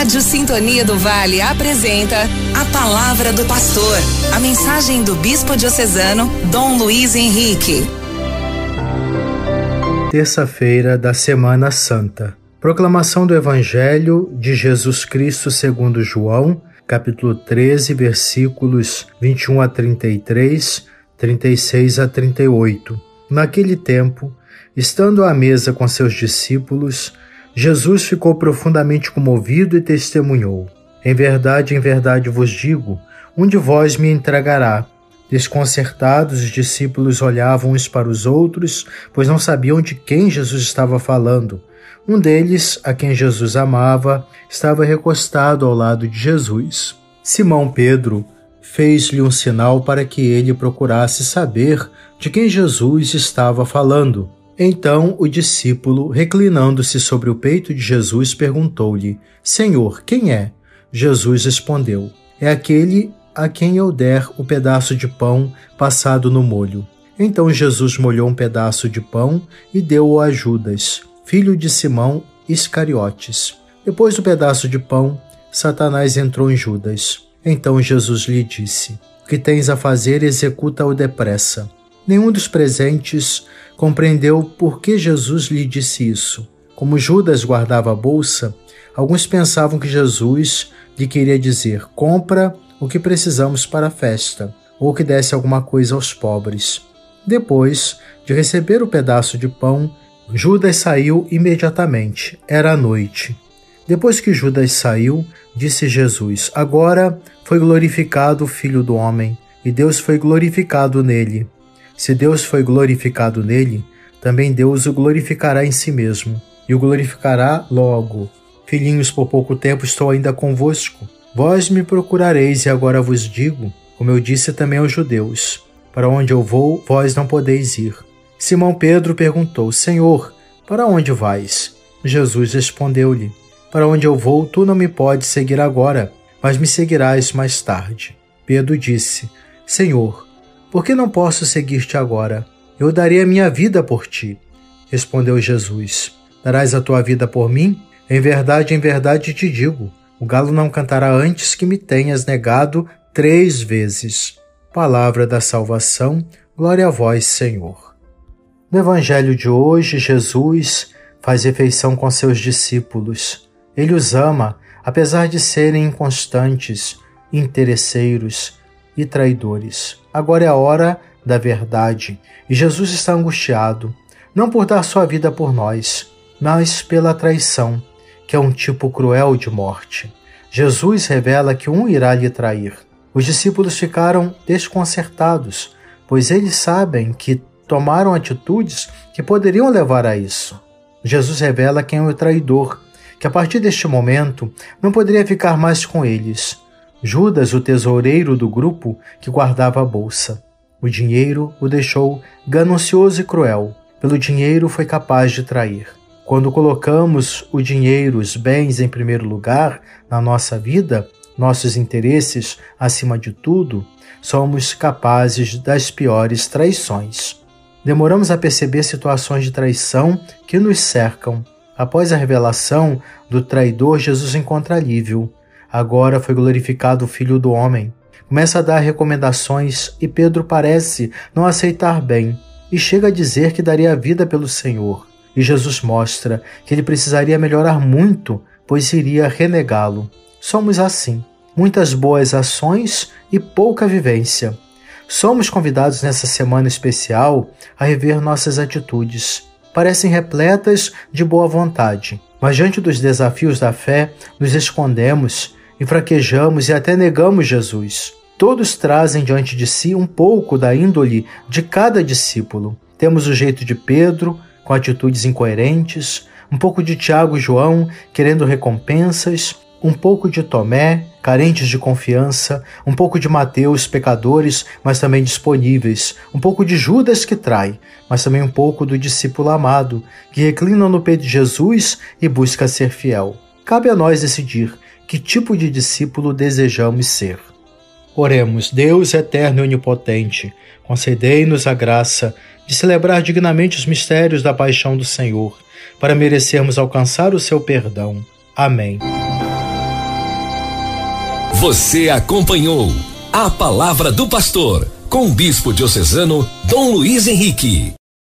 Rádio Sintonia do Vale apresenta a Palavra do Pastor, a mensagem do Bispo Diocesano, Dom Luiz Henrique. Terça-feira da Semana Santa. Proclamação do Evangelho de Jesus Cristo segundo João, capítulo 13, versículos 21 a 33, 36 a 38. Naquele tempo, estando à mesa com seus discípulos, Jesus ficou profundamente comovido e testemunhou: em verdade vos digo, um de vós me entregará. Desconcertados, os discípulos olhavam uns para os outros, pois não sabiam de quem Jesus estava falando. Um deles, a quem Jesus amava, estava recostado ao lado de Jesus. Simão Pedro fez-lhe um sinal para que ele procurasse saber de quem Jesus estava falando. Então o discípulo, reclinando-se sobre o peito de Jesus, perguntou-lhe: Senhor, quem é? Jesus respondeu: é aquele a quem eu der o pedaço de pão passado no molho. Então Jesus molhou um pedaço de pão e deu-o a Judas, filho de Simão Iscariotes. Depois do pedaço de pão, Satanás entrou em Judas. Então Jesus lhe disse: o que tens a fazer, executa-o depressa. Nenhum dos presentes compreendeu por que Jesus lhe disse isso. Como Judas guardava a bolsa, alguns pensavam que Jesus lhe queria dizer: compra o que precisamos para a festa, ou que desse alguma coisa aos pobres. Depois de receber o pedaço de pão, Judas saiu imediatamente. Era a noite. Depois que Judas saiu, disse Jesus: agora foi glorificado o Filho do Homem, e Deus foi glorificado nele. Se Deus foi glorificado nele, também Deus o glorificará em si mesmo, e o glorificará logo. Filhinhos, por pouco tempo estou ainda convosco. Vós me procurareis, e agora vos digo, como eu disse também aos judeus: para onde eu vou, vós não podeis ir. Simão Pedro perguntou: Senhor, para onde vais? Jesus respondeu-lhe: para onde eu vou, tu não me podes seguir agora, mas me seguirás mais tarde. Pedro disse: Senhor, por que não posso seguir-te agora? Eu darei a minha vida por ti. Respondeu Jesus: darás a tua vida por mim? Em verdade te digo, o galo não cantará antes que me tenhas negado 3 vezes. Palavra da salvação, glória a vós, Senhor. No Evangelho de hoje, Jesus faz refeição com seus discípulos. Ele os ama, apesar de serem inconstantes, interesseiros e traidores. Agora é a hora da verdade, e Jesus está angustiado, não por dar sua vida por nós, mas pela traição, que é um tipo cruel de morte. Jesus revela que um irá lhe trair. Os discípulos ficaram desconcertados, pois eles sabem que tomaram atitudes que poderiam levar a isso. Jesus revela quem é o traidor, que a partir deste momento não poderia ficar mais com eles. Judas, o tesoureiro do grupo que guardava a bolsa. O dinheiro o deixou ganancioso e cruel. Pelo dinheiro foi capaz de trair. Quando colocamos o dinheiro, os bens em primeiro lugar na nossa vida, nossos interesses acima de tudo, somos capazes das piores traições. Demoramos a perceber situações de traição que nos cercam. Após a revelação do traidor, Jesus encontra alívio. Agora foi glorificado o Filho do Homem. Começa a dar recomendações e Pedro parece não aceitar bem e chega a dizer que daria a vida pelo Senhor. E Jesus mostra que ele precisaria melhorar muito, pois iria renegá-lo. Somos assim, muitas boas ações e pouca vivência. Somos convidados nessa semana especial a rever nossas atitudes. Parecem repletas de boa vontade, mas diante dos desafios da fé, nos escondemos, fraquejamos e até negamos Jesus. Todos trazem diante de si um pouco da índole de cada discípulo. Temos o jeito de Pedro, com atitudes incoerentes, um pouco de Tiago e João, querendo recompensas, um pouco de Tomé, carentes de confiança, um pouco de Mateus, pecadores, mas também disponíveis, um pouco de Judas, que trai, mas também um pouco do discípulo amado, que reclina no peito de Jesus e busca ser fiel. Cabe a nós decidir que tipo de discípulo desejamos ser. Oremos. Deus eterno e onipotente, concedei-nos a graça de celebrar dignamente os mistérios da paixão do Senhor, para merecermos alcançar o seu perdão. Amém. Você acompanhou A Palavra do Pastor com o Bispo Diocesano Dom Luiz Henrique.